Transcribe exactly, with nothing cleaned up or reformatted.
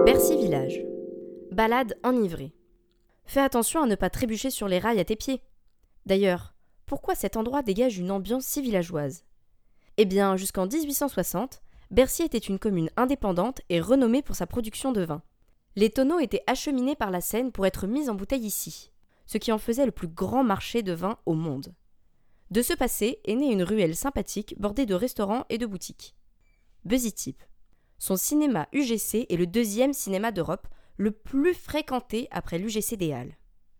Bercy Village. Balade enivrée. Fais attention à ne pas trébucher sur les rails à tes pieds. D'ailleurs, pourquoi cet endroit dégage une ambiance si villageoise ? Eh bien, jusqu'en dix-huit cent soixante, Bercy était une commune indépendante et renommée pour sa production de vin. Les tonneaux étaient acheminés par la Seine pour être mis en bouteille ici, ce qui en faisait le plus grand marché de vin au monde. De ce passé est née une ruelle sympathique bordée de restaurants et de boutiques. Buzzy Tip. Son cinéma U G C est le deuxième cinéma d'Europe, le plus fréquenté après l'U G C des Halles.